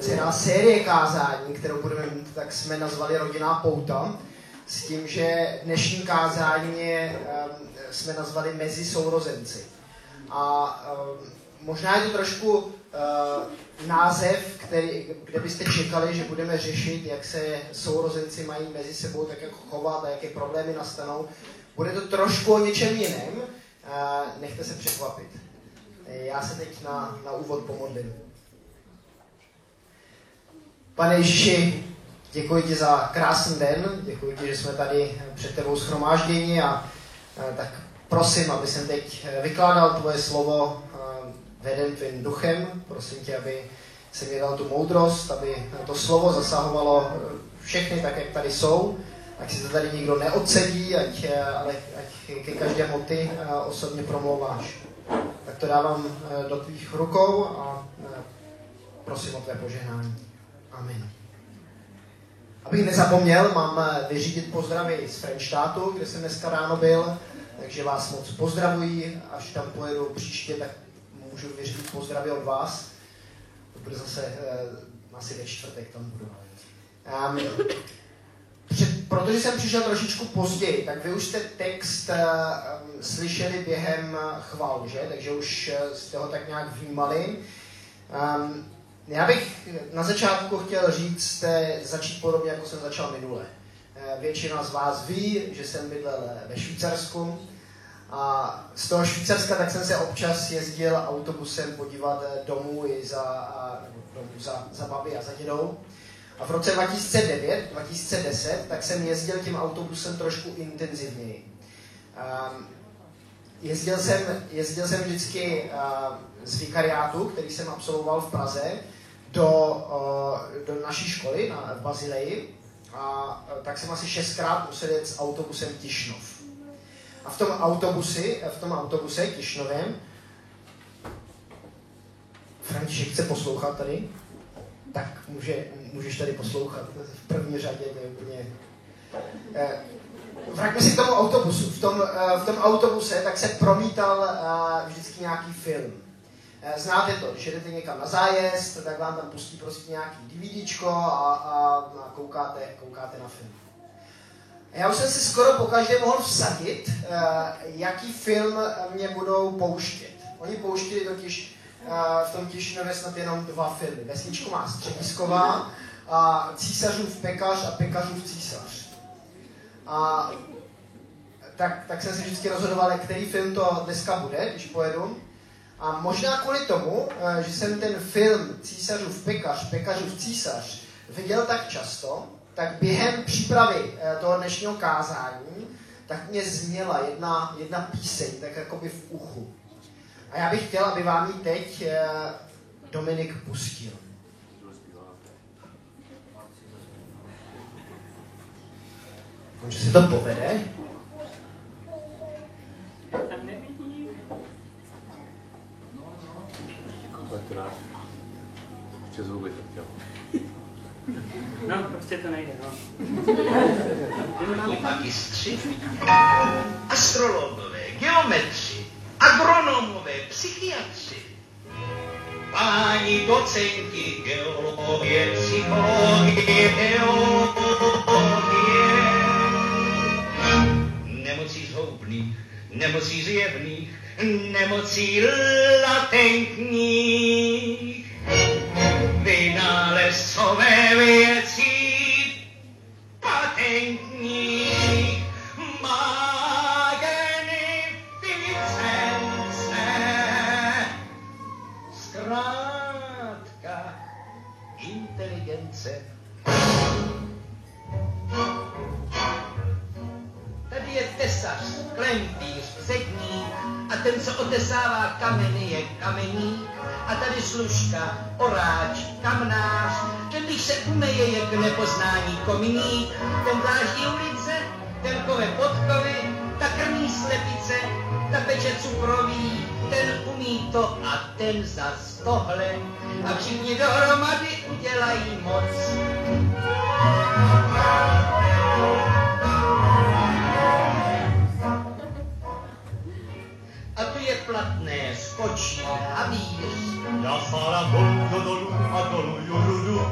celá série kázání, kterou budeme mít, tak jsme nazvali Rodinná pouta, s tím, že dnešní kázání jsme nazvali Mezi sourozenci. A možná je to trošku název, kde byste čekali, že budeme řešit, jak se sourozenci mají mezi sebou tak jako chovat a jaké problémy nastanou. Bude to trošku o něčem jiném, nechte se překvapit. Já se teď na úvod pomodlím. Pane Ježíši, děkuji ti za krásný den, děkuji ti, že jsme tady před tebou shromážděni a tak prosím, aby jsem teď vykládal tvoje slovo veden tvým duchem. Prosím tě, aby se mi dal tu moudrost, aby to slovo zasahovalo všechny tak, jak tady jsou. Ať si to tady nikdo neodsedí, ale ať ke každému ty osobně promlouváš. Tak to dávám do tvých rukou a prosím o tvé požehnání. Amen. Abych nezapomněl, mám vyřídit pozdravy z Frenštátu, kde jsem dneska ráno byl, takže vás moc pozdravuji. Až tam pojedu příště, tak můžu vyřídit pozdravy od vás. To bude zase asi ve čtvrtek, tam budu. Protože jsem přišel trošičku později, tak vy už jste text slyšeli během chval, že? Takže už jste ho tak nějak vnímali. Já bych na začátku chtěl říct, začít podobně, jako jsem začal minule. Většina z vás ví, že jsem bydlel ve Švýcarsku a z toho Švýcarska tak jsem se občas jezdil autobusem podívat domů i za babi a za dědou. A v roce 2010, tak jsem jezdil tím autobusem trošku intenzivněji. Jezdil jsem vždycky z vikariátu, který jsem absolvoval v Praze, do naší školy v Bazileji. A tak jsem asi 6krát musel jet s autobusem Tišnov. A v tom autobuse Tišnovém František chce poslouchat tady, tak můžeš tady poslouchat v první řadě, to je úplně... Vraťme si k tomu autobusu. V tom autobuse tak se promítal vždycky nějaký film. Znáte to, když jdete někam na zájezd, tak vám tam pustí prostě nějaký DVDčko a koukáte na film. A já už jsem si skoro pokaždé mohl vsadit, jaký film mě budou pouštět. Oni pouštěli totiž v tom Tišnově snad jenom 2 filmy. Vesničková Středisková a Císařův pekař a Pekařův císař. A tak jsem se vždycky rozhodoval, který film to dneska bude, když pojedu. A možná kvůli tomu, že jsem ten film Císařův pekař, Pekařův císař viděl tak často, tak během přípravy toho dnešního kázání tak mě zněla jedna píseň, tak jakoby v uchu. A já bych chtěl, aby vám ji teď Dominik pustil. Že se to povede. No, prostě to nejde, no. Magistři, astrologové, geometři, agronomové, psychiatři, páni docenti, geologie, psychologie, teologie, nemocí zhoubných, nemocí zjevných, nemocí latentních, vynálezcové věcí patentních, magnificence, zkrátka inteligence. Tady je tesař, klempíř, zedník a ten, co otesává kameny, je kameník. A tady služka, oráč, kamnář, ten, když se umeje, je k nepoznání kominík, ten dláždí ulice, ten kove podkovy, ta krmí slepice, ta peče cukroví, ten umí to a ten zas tohle a všichni dohromady udělají moc. A tu je platné, skočí, havíř. Já fara dolů a dolů, jurudu.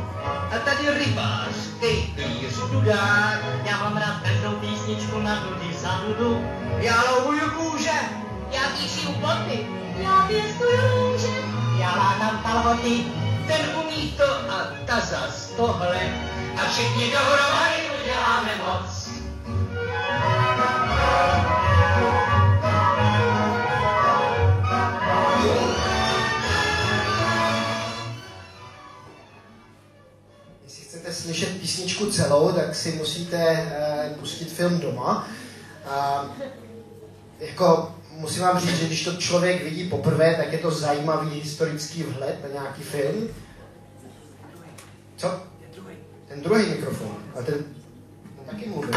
tady rybář, kejpíř, dudák. Já mám rád každou písničku na dudy za dudu. Já louhuju kůže, já píším boty, já pěstuju růže, já ládám kalhoty. Ten umí to a ta zas tohle a všichni dohromady uděláme moc. Jestli chcete slyšet písničku celou, tak si musíte pustit film doma. Jako musím vám říct, že když to člověk vidí poprvé, tak je to zajímavý historický vhled na nějaký film. Co? Ten druhý mikrofon. A ten taky mluví.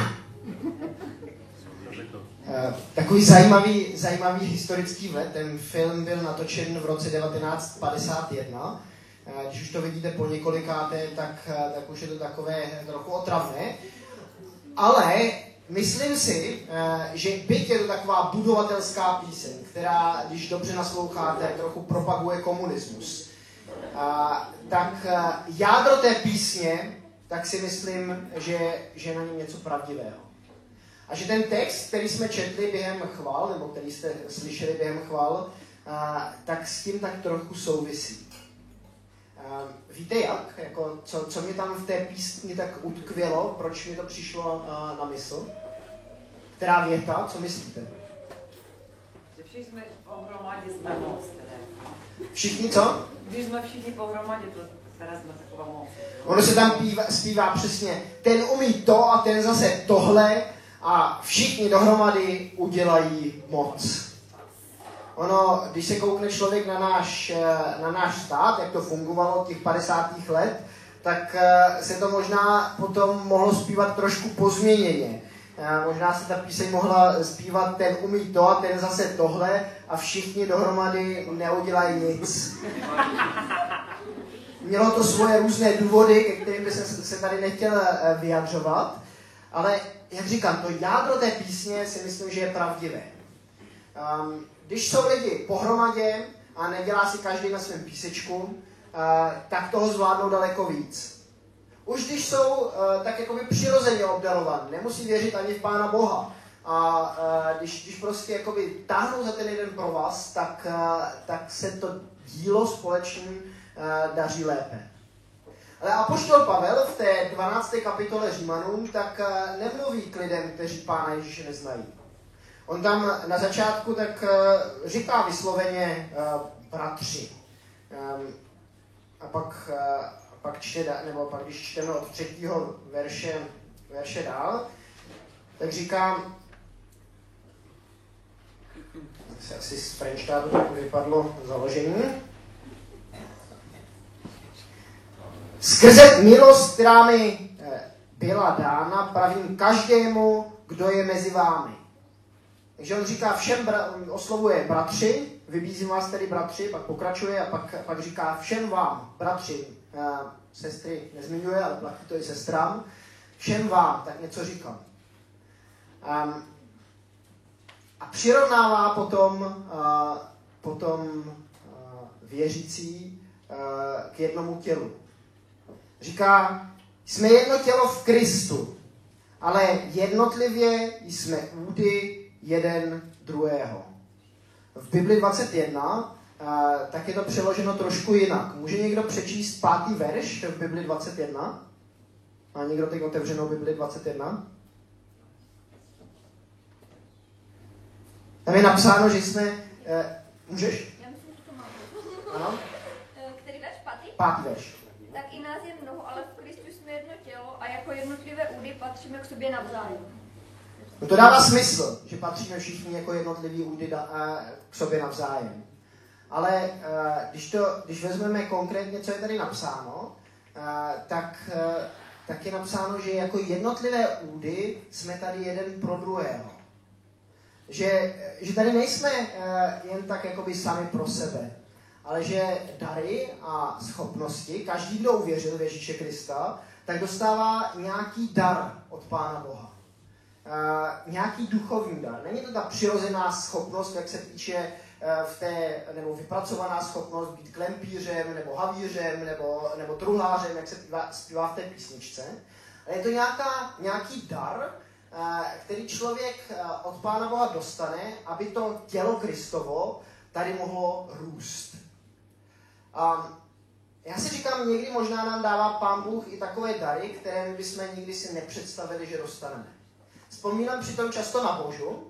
Takový zajímavý historický vhled. Ten film byl natočen v roce 1951. Když už to vidíte po několikáté, tak už je to takové trochu otravné. Ale myslím si, že byť je to taková budovatelská píseň, která, když dobře nasloucháte, trochu propaguje komunismus, tak jádro té písně, tak si myslím, že je na něm něco pravdivého. A že ten text, který jsme četli během chval, nebo který jste slyšeli během chval, tak s tím tak trochu souvisí. Víte jak? Jako, co mě tam v té písni tak utkvělo? Proč mi to přišlo na mysl? Která věta? Co myslíte? Že všichni jsme pohromadě jsme moc. Všichni co? Když jsme všichni pohromadě, to teraz jsme taková moc. Ono se tam zpívá přesně, ten umí to a ten zase tohle a všichni dohromady udělají moc. Ono, když se koukne člověk na náš stát, jak to fungovalo od těch 50. let, tak se to možná potom mohlo zpívat trošku pozměněně. Možná se ta píseň mohla zpívat ten umí to a ten zase tohle a všichni dohromady neudělají nic. Mělo to svoje různé důvody, ke kterým by se tady nechtěl vyjadřovat, ale jak říkám, to jádro té písně si myslím, že je pravdivé. Když jsou lidi pohromadě a nedělá si každý na svém písečku, tak toho zvládnou daleko víc. Už když jsou tak jakoby přirozeně obdarovaní, nemusí věřit ani v Pána Boha. A když prostě jakoby táhnou za ten jeden provaz, tak se to dílo společným daří lépe. Ale apoštol Pavel v té 12. kapitole Římanům tak nemluví k lidem, kteří Pána Ježíše neznají. On tam na začátku tak říká vysloveně bratři. A pak když čteme od 3. verše dál, tak říká, tak se asi z Frenštátu tak vypadlo založení. Skrze milost, která mi byla dána, pravím každému, kdo je mezi vámi. Takže on říká všem, oslovuje bratři, vybízím vás tedy bratři, pak pokračuje a pak říká všem vám, bratři, sestry nezmiňuje, ale platí to i sestrám, všem vám, tak něco říkám. A přirovnává potom věřící k jednomu tělu. Říká, jsme jedno tělo v Kristu, ale jednotlivě jsme údy jeden druhého. V Bibli 21 tak je to přeloženo trošku jinak. Může někdo přečíst 5. verš v Bibli 21? Má někdo teď otevřenou Bibli 21? Tam je napsáno, že jsme... můžeš? Já myslím, že to mám. Ano? Který verš? 5. verš. Tak i nás je mnoho, ale v Kristu jsme jedno tělo a jako jednotlivé údy patříme k sobě navzájem. No to dává smysl, že patříme všichni jako jednotliví údy k sobě navzájem. Ale když vezmeme konkrétně, co je tady napsáno, tak je napsáno, že jako jednotlivé údy jsme tady jeden pro druhého. Že tady nejsme jen tak jakoby sami pro sebe, ale že dary a schopnosti, každý, kdo uvěřil v Ježíše Krista, tak dostává nějaký dar od Pána Boha. Nějaký duchovní dar. Není to ta přirozená schopnost, jak se týče nebo vypracovaná schopnost být klempířem, nebo havířem, nebo truhlářem, jak se zpívá v té písničce. Ale je to nějaký dar, který člověk od Pána Boha dostane, aby to tělo Kristovo tady mohlo růst. Já si říkám, někdy možná nám dává Pán Bůh i takové dary, které my bychom nikdy si nepředstavili, že dostaneme. Vzpomínám přitom často na Božu.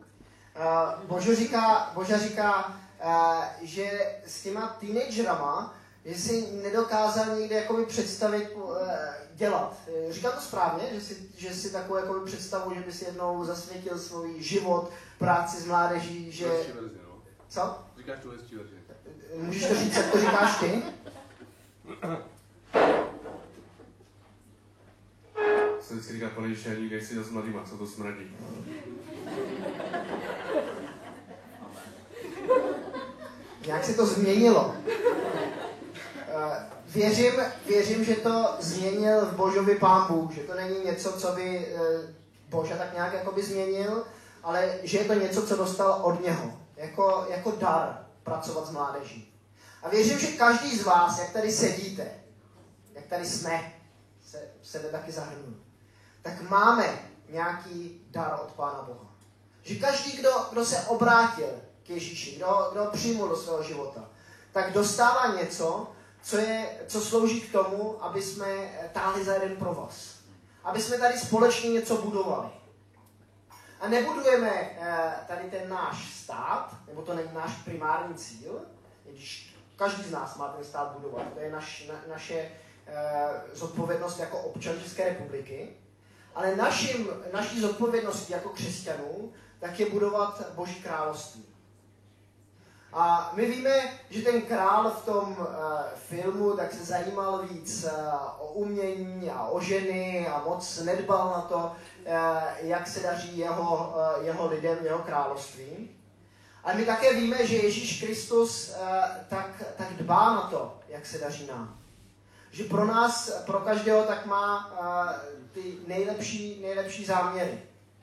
Boža říká, že s těma teenagerama, že si nedokázal nikdy jakoby představit dělat. Říkám to správně, že si takovou jakoby představu, že by si jednou zasvětil svůj život, práci s mládeží, že... Co? Říkáš tu hezčí verzi. Můžeš to říct, jak to říkáš ty? Jsem vždycky říkal, pane Ježiši, já nikdy nechci dělat s mladýma, co to smradí. Jak se to změnilo? Věřím, že to změnil v Božovi Pán Bůh, že to není něco, co by Boža tak nějak jakoby změnil, ale že je to něco, co dostal od něho, jako dar pracovat s mládeží. A věřím, že každý z vás, jak tady sedíte, jak tady jsme, sebe taky zahrnu, tak máme nějaký dar od Pána Boha. Že každý, kdo se obrátil k Ježíši, kdo přijmul do svého života, tak dostává něco, co slouží k tomu, aby jsme táhli za jeden provaz. Aby jsme tady společně něco budovali. A nebudujeme tady ten náš stát, nebo to není náš primární cíl, když každý z nás má ten stát budovat. To je naše zodpovědnost jako občan České republiky. Ale naší zodpovědností jako křesťanů tak je budovat Boží království. A my víme, že ten král v tom filmu tak se zajímal víc o umění a o ženy a moc nedbal na to, jak se daří jeho lidem, jeho království. Ale my také víme, že Ježíš Kristus tak dbá na to, jak se daří nám. Že pro nás, pro každého, tak má ty nejlepší záměry.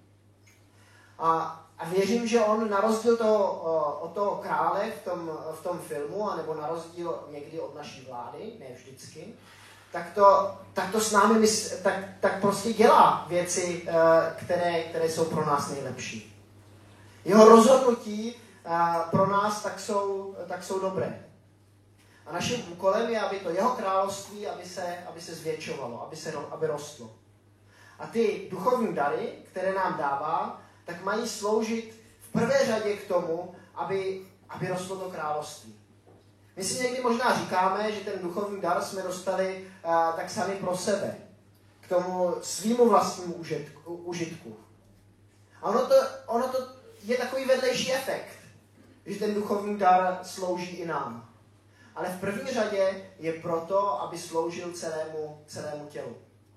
A věřím, že on na rozdíl od toho krále v tom filmu, anebo na rozdíl někdy od naší vlády, ne vždycky, tak to s námi tak prostě dělá věci, které jsou pro nás nejlepší. Jeho rozhodnutí pro nás tak jsou dobré. A naším úkolem je, aby to jeho království, aby se zvětšovalo, aby rostlo. A ty duchovní dary, které nám dává, tak mají sloužit v prvé řadě k tomu, aby rostlo to království. My si někdy možná říkáme, že ten duchovní dar jsme dostali tak sami pro sebe, k tomu svýmu vlastnímu užitku. A ono to je takový vedlejší efekt, že ten duchovní dar slouží i nám. Ale v první řadě je proto, aby sloužil celému tělu.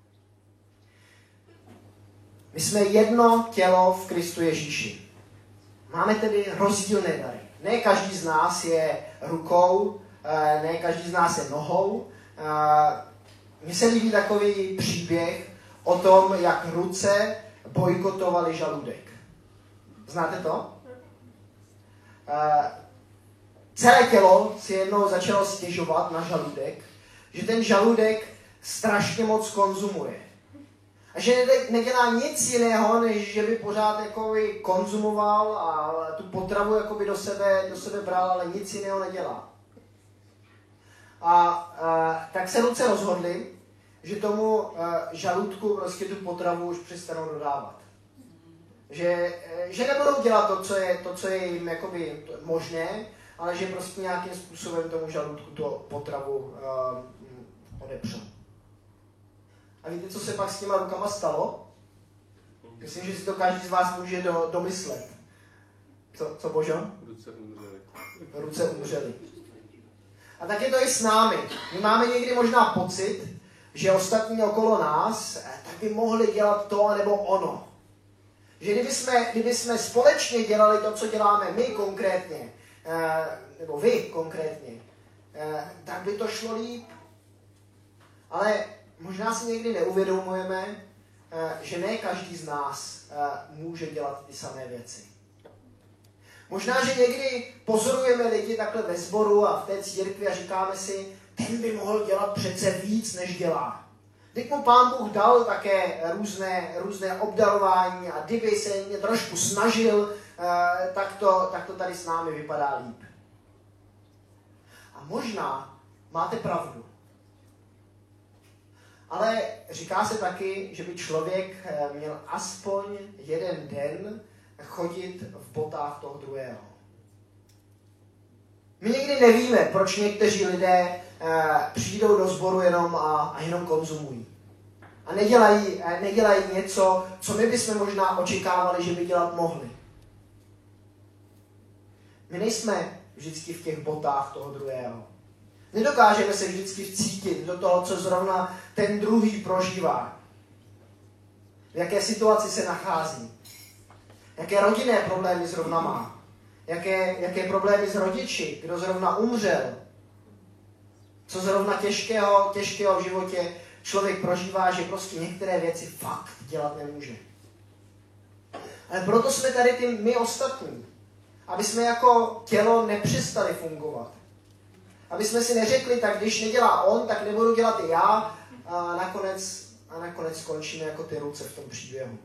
My jsme jedno tělo v Kristu Ježíši. Máme tedy rozdílné dary. Ne každý z nás je rukou, ne každý z nás je nohou. Mně se líbí takový příběh o tom, jak ruce bojkotovaly žaludek. Znáte to? Celé tělo si jednou začalo stěžovat na žaludek, že ten žaludek strašně moc konzumuje. A že nedělá nic jiného, než že by pořád jakoby konzumoval a tu potravu jakoby do sebe bral, ale nic jiného nedělá. A tak se ruce rozhodli, že tomu žaludku prostě tu potravu už přestanou dodávat. Že nebudou dělat to, co je jim jakoby možné, ale že prostě nějakým způsobem tomu žaludku tu potravu odepřou. A víte, co se pak s těma rukama stalo? Myslím, že si to každý z vás může domyslet. Co Božo? Ruce umřely. A tak je to i s námi. My máme někdy možná pocit, že ostatní okolo nás tak by mohli dělat to nebo ono. Že kdyby jsme společně dělali to, co děláme my konkrétně, nebo vy konkrétně, tak by to šlo líp. Ale možná si někdy neuvědomujeme, že ne každý z nás může dělat ty samé věci. Možná, že někdy pozorujeme lidi takhle ve sboru a v té církvi a říkáme si, ten by mohl dělat přece víc, než dělá. Teď mu Pán Bůh dal také různé obdarování a kdyby se mě trošku snažil, tak to tady s námi vypadá líp. A možná máte pravdu. Ale říká se taky, že by člověk měl aspoň jeden den chodit v botách toho druhého. My někdy nevíme, proč někteří lidé přijdou do sboru jenom a jenom konzumují. A nedělají něco, co my bychom možná očekávali, že by dělat mohli. My nejsme vždycky v těch botách toho druhého. Nedokážeme se vždycky vcítit do toho, co zrovna ten druhý prožívá. V jaké situaci se nachází. Jaké rodinné problémy zrovna má. Jaké problémy s rodiči, kdo zrovna umřel. Co zrovna těžkého v životě člověk prožívá, že prostě některé věci fakt dělat nemůže. Ale proto jsme tady my ostatní. Aby jsme jako tělo nepřestali fungovat. Aby jsme si neřekli, tak když nedělá on, tak nebudu dělat i já a nakonec skončíme jako ty ruce v tom příběhu.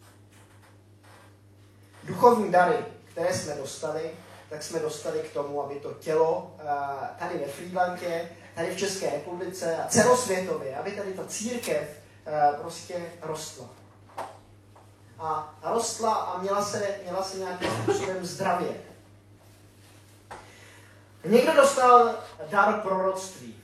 Duchovní dary, které jsme dostali, tak jsme dostali k tomu, aby to tělo tady ve Frýdlantě, tady v České republice a celosvětově, aby tady ta církev prostě rostla. A rostla a měla se nějakým způsobem zdravě. Někdo dostal dar proroctví.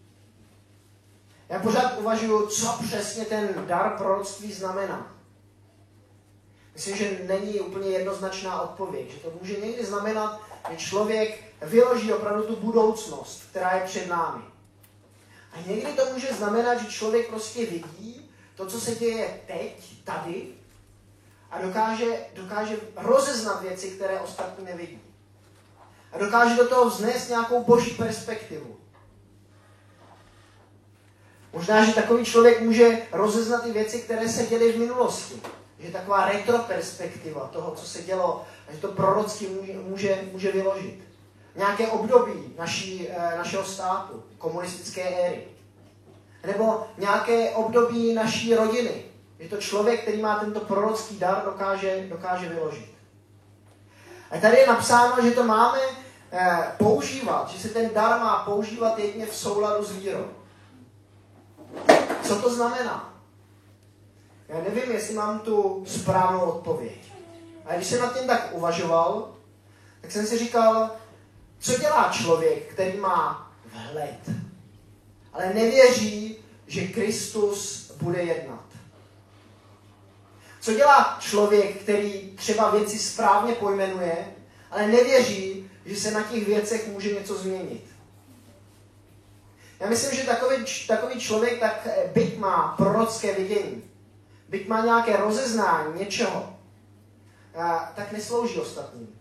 Já pořád uvažuji, co přesně ten dar proroctví znamená. Myslím, že není úplně jednoznačná odpověď. Že to může někdy znamenat, že člověk vyloží opravdu tu budoucnost, která je před námi. A někdy to může znamenat, že člověk prostě vidí to, co se děje teď, tady, a dokáže rozeznat věci, které ostatní nevidí. A dokáže do toho vznést nějakou boží perspektivu. Možná, že takový člověk může rozeznat i věci, které se děly v minulosti. Že taková retroperspektiva toho, co se dělo, že to prorocky může vyložit. Nějaké období našeho státu, komunistické éry. Nebo nějaké období naší rodiny. Je to člověk, který má tento prorocký dar, dokáže vyložit. A tady je napsáno, že to máme používat, že se ten dar má používat jedině v souladu s vírou. Co to znamená? Já nevím, jestli mám tu správnou odpověď. A když jsem nad tím tak uvažoval, tak jsem si říkal, co dělá člověk, který má vhled, ale nevěří, že Kristus bude jednat. Co dělá člověk, který třeba věci správně pojmenuje, ale nevěří, že se na těch věcech může něco změnit. Já myslím, že takový člověk, tak byť má prorocké vidění, byť má nějaké rozeznání něčeho, tak neslouží ostatním.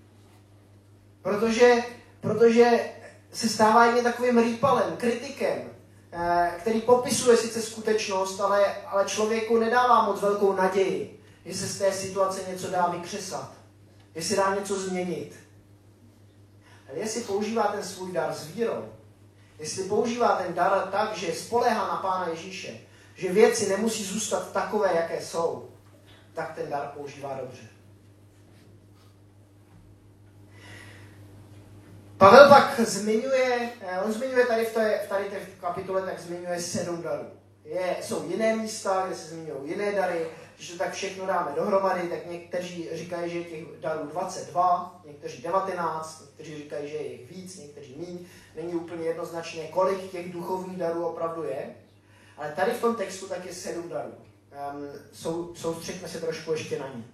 Protože se stává jen takovým rýpalem, kritikem, který popisuje sice skutečnost, ale člověku nedává moc velkou naději, že se z té situace něco dá vykřesat, že se dá něco změnit. Ale jestli používá ten svůj dar s vírou, jestli používá ten dar tak, že spoléhá na Pána Ježíše, že věci nemusí zůstat takové, jaké jsou, tak ten dar používá dobře. Pavel pak zmiňuje tady v té kapitole, tak zmiňuje 7 darů. Jsou jiné místa, kde se zmiňují jiné dary. Když to tak všechno dáme dohromady, tak někteří říkají, že je těch darů 22, někteří 19, někteří říkají, že je jich víc, někteří míň. Není úplně jednoznačné, kolik těch duchovních darů opravdu je. Ale tady v tom textu tak je 7 darů. Soustřeďme se trošku ještě na ní.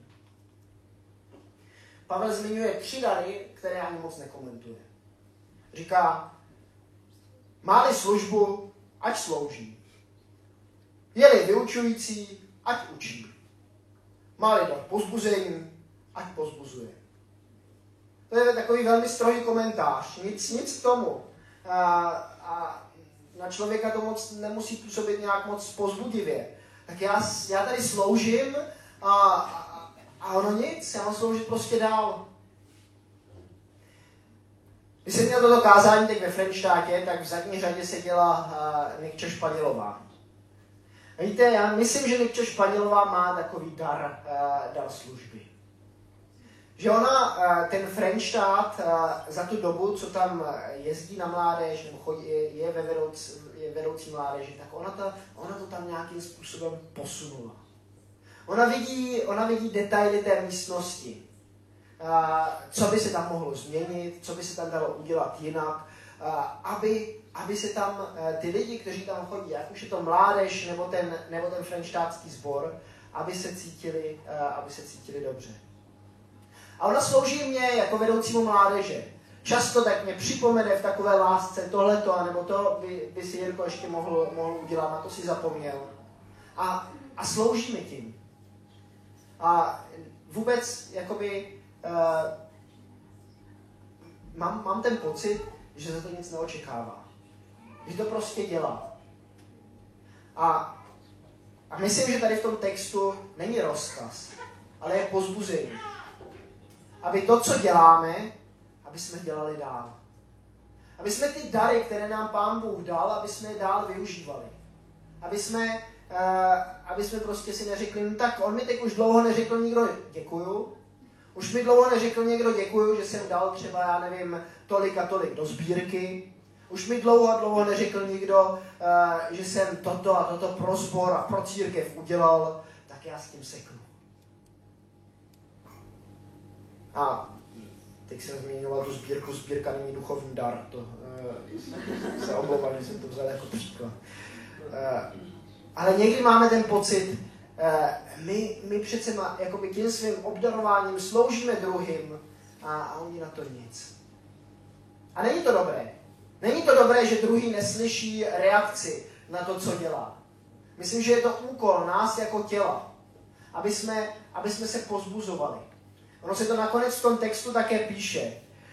Pavel zmiňuje 3 dary, které ani moc nekomentuje. Říká, má-li službu, ať slouží. Je-li vyučující, ať učí. Má-li dar povzbuzení, ať povzbuzuje. To je takový velmi strohý komentář. Nic k tomu. A na člověka to moc nemusí působit nějak moc povzbudivě. Tak já tady sloužím a ono nic, já mám sloužit prostě dál. Když jsem měl toto kázání teď ve Frenštátě, tak v zadní řadě seděla Nikča Španělová. Víte, já myslím, že Nikča Španělová má takový dar služby. Že ona, ten Frenštát, za tu dobu, co tam jezdí na mládež, nebo je vedoucí mládeže, tak ona to tam nějakým způsobem posunula. Ona vidí detaily té místnosti. Co by se tam mohlo změnit, co by se tam dalo udělat jinak, aby se tam ty lidi, kteří tam chodí, jak už je to mládež nebo ten frenštátský sbor, aby se cítili dobře. A ona slouží mě jako vedoucímu mládeže. Často tak mě připomene v takové lásce tohleto, nebo to by si Jirko ještě mohl udělat, na to si zapomněl. A slouží mi tím. A vůbec jakoby mám ten pocit, že za to nic neočekává. Že to prostě dělá. A myslím, že tady v tom textu není rozkaz, ale je povzbuzení. Aby to, co děláme, aby jsme dělali dál. Aby jsme ty dary, které nám Pán Bůh dal, aby jsme je dál využívali. Aby jsme prostě si neřekli, no tak on mi teď už dlouho neřekl nikdo děkuju. Už mi dlouho neřekl někdo děkuju, že jsem dal třeba, já nevím, tolik a tolik do sbírky. Už mi dlouho neřekl nikdo, že jsem toto a toto pro sbor a pro církev udělal, tak já s tím seknu. A teď jsem zmiňoval tu sbírku, sbírka není duchovní dar, to se omlouvám, že jsem to vzal jako příklad. Ale někdy máme ten pocit, my přece jakoby tím svým obdarováním sloužíme druhým a oni na to nic. A není to dobré. Není to dobré, že druhý neslyší reakci na to, co dělá. Myslím, že je to úkol nás jako těla, aby jsme se povzbuzovali. Ono se to nakonec v tom textu také píše.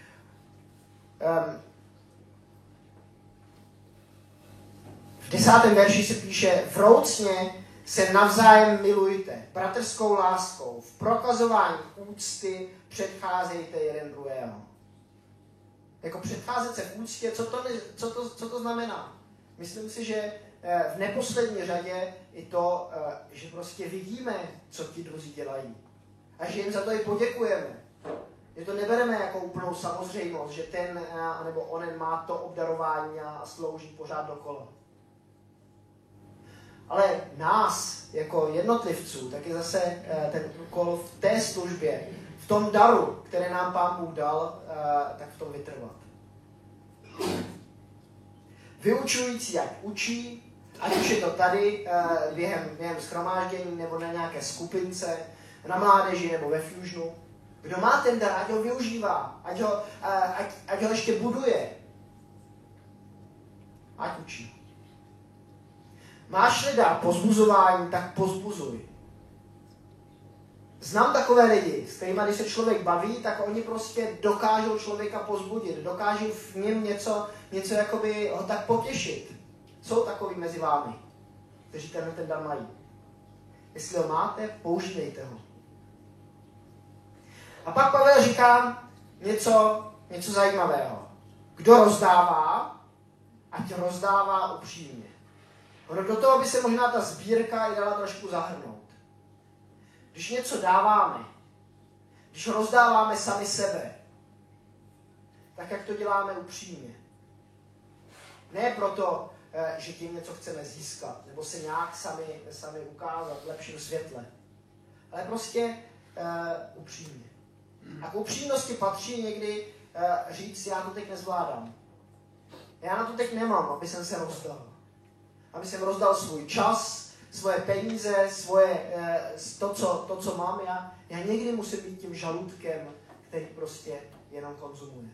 V 10. verši se píše: vroucně se navzájem milujte, bratrskou láskou, v prokazování úcty předcházejte jeden druhého. Jako předcházet se v úctě, co to znamená? Myslím si, že v neposlední řadě i to, že prostě vidíme, co ti druzí dělají. A že jim za to i poděkujeme. Že to nebereme jako úplnou samozřejmost, že ten nebo onen má to obdarování a slouží pořád dokola. Ale nás, jako jednotlivců, tak je zase ten úkol v té službě, v tom daru, který nám Pán Bůh dal, tak v tom vytrvat. Vyučující, jak učí, ať už je to tady během shromáždění nebo na nějaké skupince, na mládeži nebo ve Fusionu. Kdo má ten dar, ať ho využívá, ať ho ještě buduje. Ať učí. Máš-li dar pozbuzování, tak pozbuzuj. Znám takové lidi, s kterými, když se člověk baví, tak oni prostě dokážou člověka pozbudit, dokážou v něm něco jakoby ho tak potěšit. Jsou takový mezi vámi, kteří ten dar mají. Jestli ho máte, používejte ho. A pak Pavel říká něco zajímavého. Kdo rozdává, ať rozdává upřímně. Ono do toho by se možná ta sbírka i dala trošku zahrnout. Když něco dáváme, když rozdáváme sami sebe, tak jak to děláme upřímně. Ne proto, že tím něco chceme získat, nebo se nějak sami ukázat v lepším světle, ale prostě upřímně. A k upřímnosti patří někdy říct, já to teď nezvládám. Já na to teď nemám, aby jsem se rozdal. Aby jsem rozdal svůj čas, svoje peníze, to, co mám. Já někdy musím být tím žaludkem, který prostě jenom konzumuje.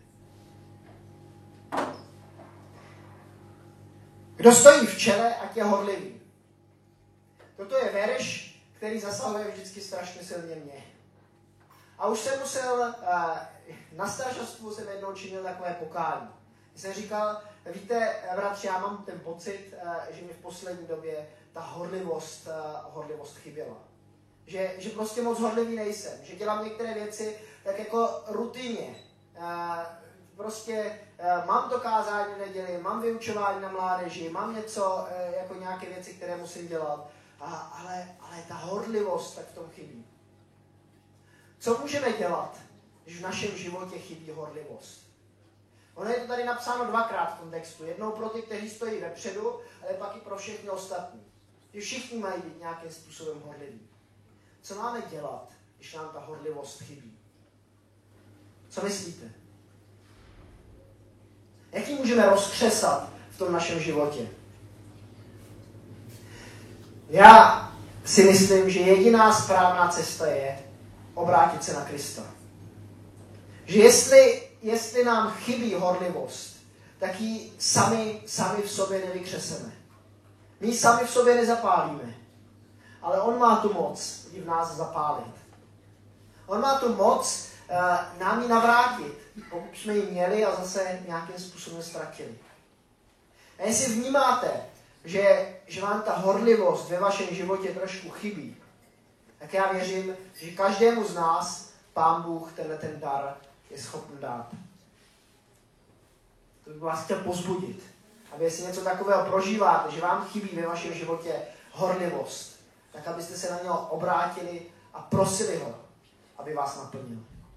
Kdo stojí v čele, ať je horlivý. Toto je verš, který zasahuje vždycky strašně silně mě. A už jsem musel, na staršostvu jsem jednou činil takové pokání. Jsem říkal, víte, bratři, já mám ten pocit, že mi v poslední době ta horlivost chyběla. Že prostě moc horlivý nejsem. Že dělám některé věci tak jako rutině. Prostě mám to kázání v neděli, mám vyučování na mládeži, mám něco, jako nějaké věci, které musím dělat, ale ta horlivost tak v tom chybí. Co můžeme dělat, když v našem životě chybí horlivost? Ono je to tady napsáno dvakrát v tom textu. Jednou pro ty, kteří stojí vepředu, ale pak i pro všechny ostatní. Že všichni mají být nějakým způsobem horliví. Co máme dělat, když nám ta horlivost chybí? Co myslíte? Jak ji můžeme rozkřesat v tom našem životě? Já si myslím, že jediná správná cesta je obrátit se na Krista. Že jestli nám chybí horlivost, tak ji sami v sobě nevykřeseme. My ji sami v sobě nezapálíme. Ale on má tu moc ji v nás zapálit. On má tu moc nám ji navrátit, pokud jsme ji měli a zase nějakým způsobem ztratili. A jestli vnímáte, že vám ta horlivost ve vašem životě trošku chybí, tak já věřím, že každému z nás Pán Bůh ten dar je schopen dát. To bych vás chtěl pozbudit, aby jestli něco takového prožíváte, že vám chybí ve vašem životě horlivost, tak abyste se na něho obrátili a prosili ho, aby vás naplnil.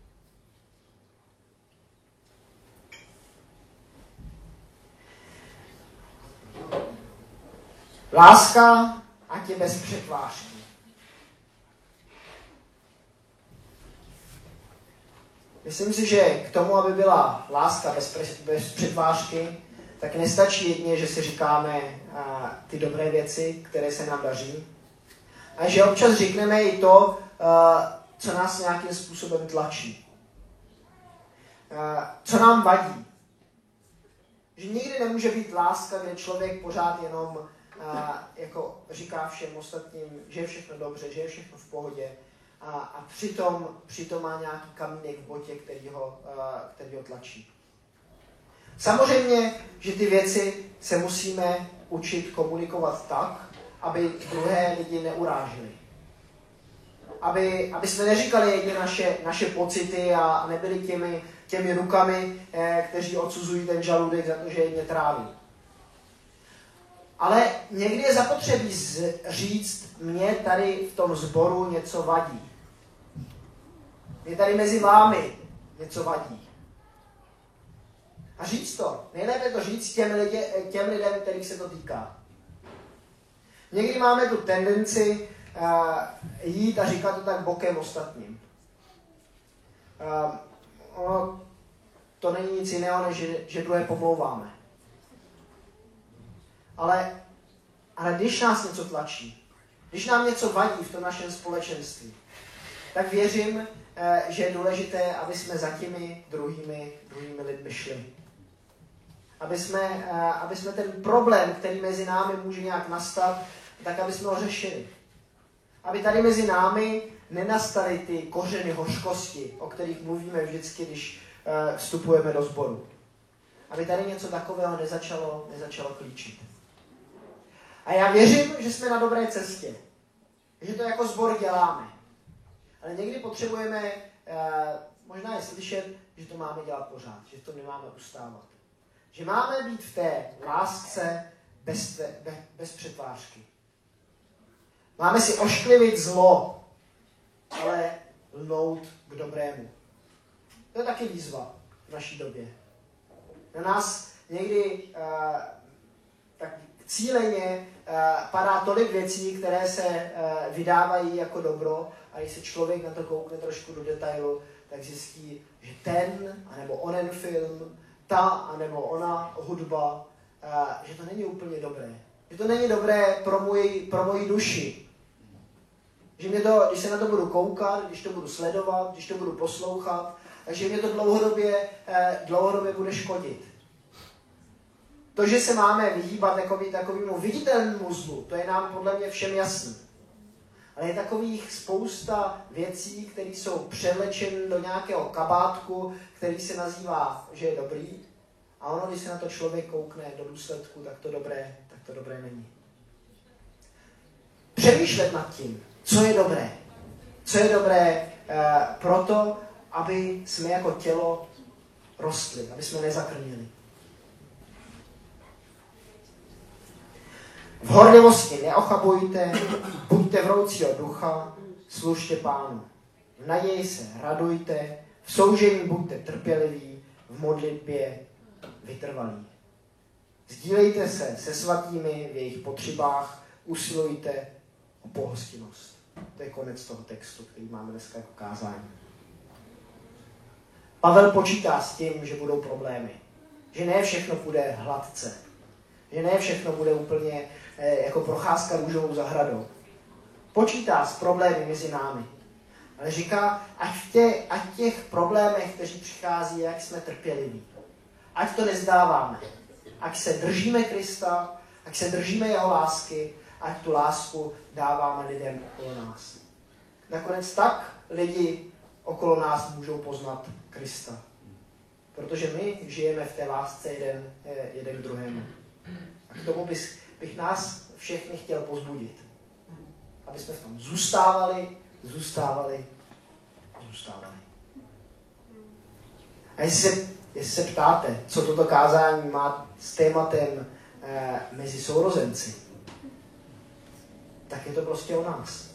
Láska, ať je bez přetvářky. Myslím si, že k tomu, aby byla láska bez přetvářky, tak nestačí jedině, že si říkáme ty dobré věci, které se nám daří. A že občas řekneme i to, co nás nějakým způsobem tlačí. Co nám vadí. Že nikdy nemůže být láska, kde člověk pořád jenom jako říká všem ostatním, že je všechno dobře, že je všechno v pohodě a přitom má nějaký kamínek v botě, který ho tlačí. Samozřejmě, že ty věci se musíme učit komunikovat tak, aby druhé lidi neurážili. Aby jsme neříkali jedně naše pocity a nebyli těmi rukami, kteří odsuzují ten žaludek za to, že jedně tráví. Ale někdy je zapotřebí říct, mně tady v tom sboru něco vadí. Mně tady mezi vámi něco vadí. A říct to. Nejlépe to říct těm lidem, kterých se to týká. Někdy máme tu tendenci jít a říkat to tak bokem ostatním. To není nic jiného, než že druhé pomlouváme. Ale když nás něco tlačí, když nám něco vadí v tom našem společenství, tak věřím, že je důležité, aby jsme za těmi druhými lidmi šli. Aby jsme ten problém, který mezi námi může nějak nastat, tak aby jsme ho řešili. Aby tady mezi námi nenastaly ty kořeny hořkosti, o kterých mluvíme vždycky, když vstupujeme do sboru. Aby tady něco takového nezačalo klíčit. A já věřím, že jsme na dobré cestě. Že to jako sbor děláme. Ale někdy potřebujeme možná je slyšet, že to máme dělat pořád. Že to nemáme ustávat. Že máme být v té lásce bez přetvářky. Máme si ošklivit zlo, ale lnout k dobrému. To je taky výzva v naší době. Na nás někdy tak cíleně padá tolik věcí, které se vydávají jako dobro a když se člověk na to koukne trošku do detailu, tak zjistí, že ten, anebo onen film, ta, anebo ona hudba, že to není úplně dobré. Že to není dobré pro moji duši. Že mě to, když se na to budu koukat, když to budu sledovat, když to budu poslouchat, takže mě to dlouhodobě bude škodit. To, že se máme vyhýbat takovému viditelnému zlu, to je nám podle mě všem jasný. Ale je takových spousta věcí, které jsou převlečeny do nějakého kabátku, který se nazývá, že je dobrý. A ono, když se na to člověk koukne do důsledku, tak to dobré není. Přemýšlet nad tím, co je dobré. Co je dobré proto, aby jsme jako tělo rostli, aby jsme nezakrněli. V horlivosti neochabujte, buďte vroucí od ducha, služte Pánu. V naději se radujte, v soužení buďte trpěliví, v modlitbě vytrvalí. Sdílejte se se svatými v jejich potřebách, usilujte o pohostinnost. To je konec toho textu, který máme dneska jako kázání. Pavel počítá s tím, že budou problémy. Že ne všechno bude hladce. Že ne všechno bude úplně jako procházka růžovou zahradou. Počítá s problémy mezi námi. Ale říká, ať těch problémech, kteří přichází, jak jsme trpěliví. Ať to nezdáváme. Ať se držíme Krista, ať se držíme jeho lásky, ať tu lásku dáváme lidem okolo nás. Nakonec tak lidi okolo nás můžou poznat Krista. Protože my žijeme v té lásce jeden k druhému. A k tomu bych nás všechny chtěl pozbudit. Aby jsme v tom zůstávali. A jestli se ptáte, co toto kázání má s tématem mezi sourozenci, tak je to prostě o nás.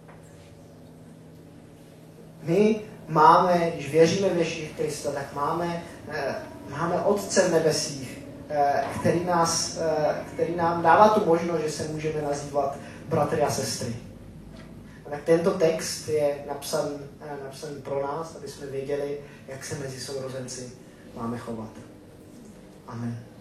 My máme, když věříme v Ježíše Krista, tak máme Otce v nebesích, který nám dává tu možnost, že se můžeme nazývat bratry a sestry. A tak tento text je napsaný pro nás, aby jsme věděli, jak se mezi sourozenci máme chovat. Amen.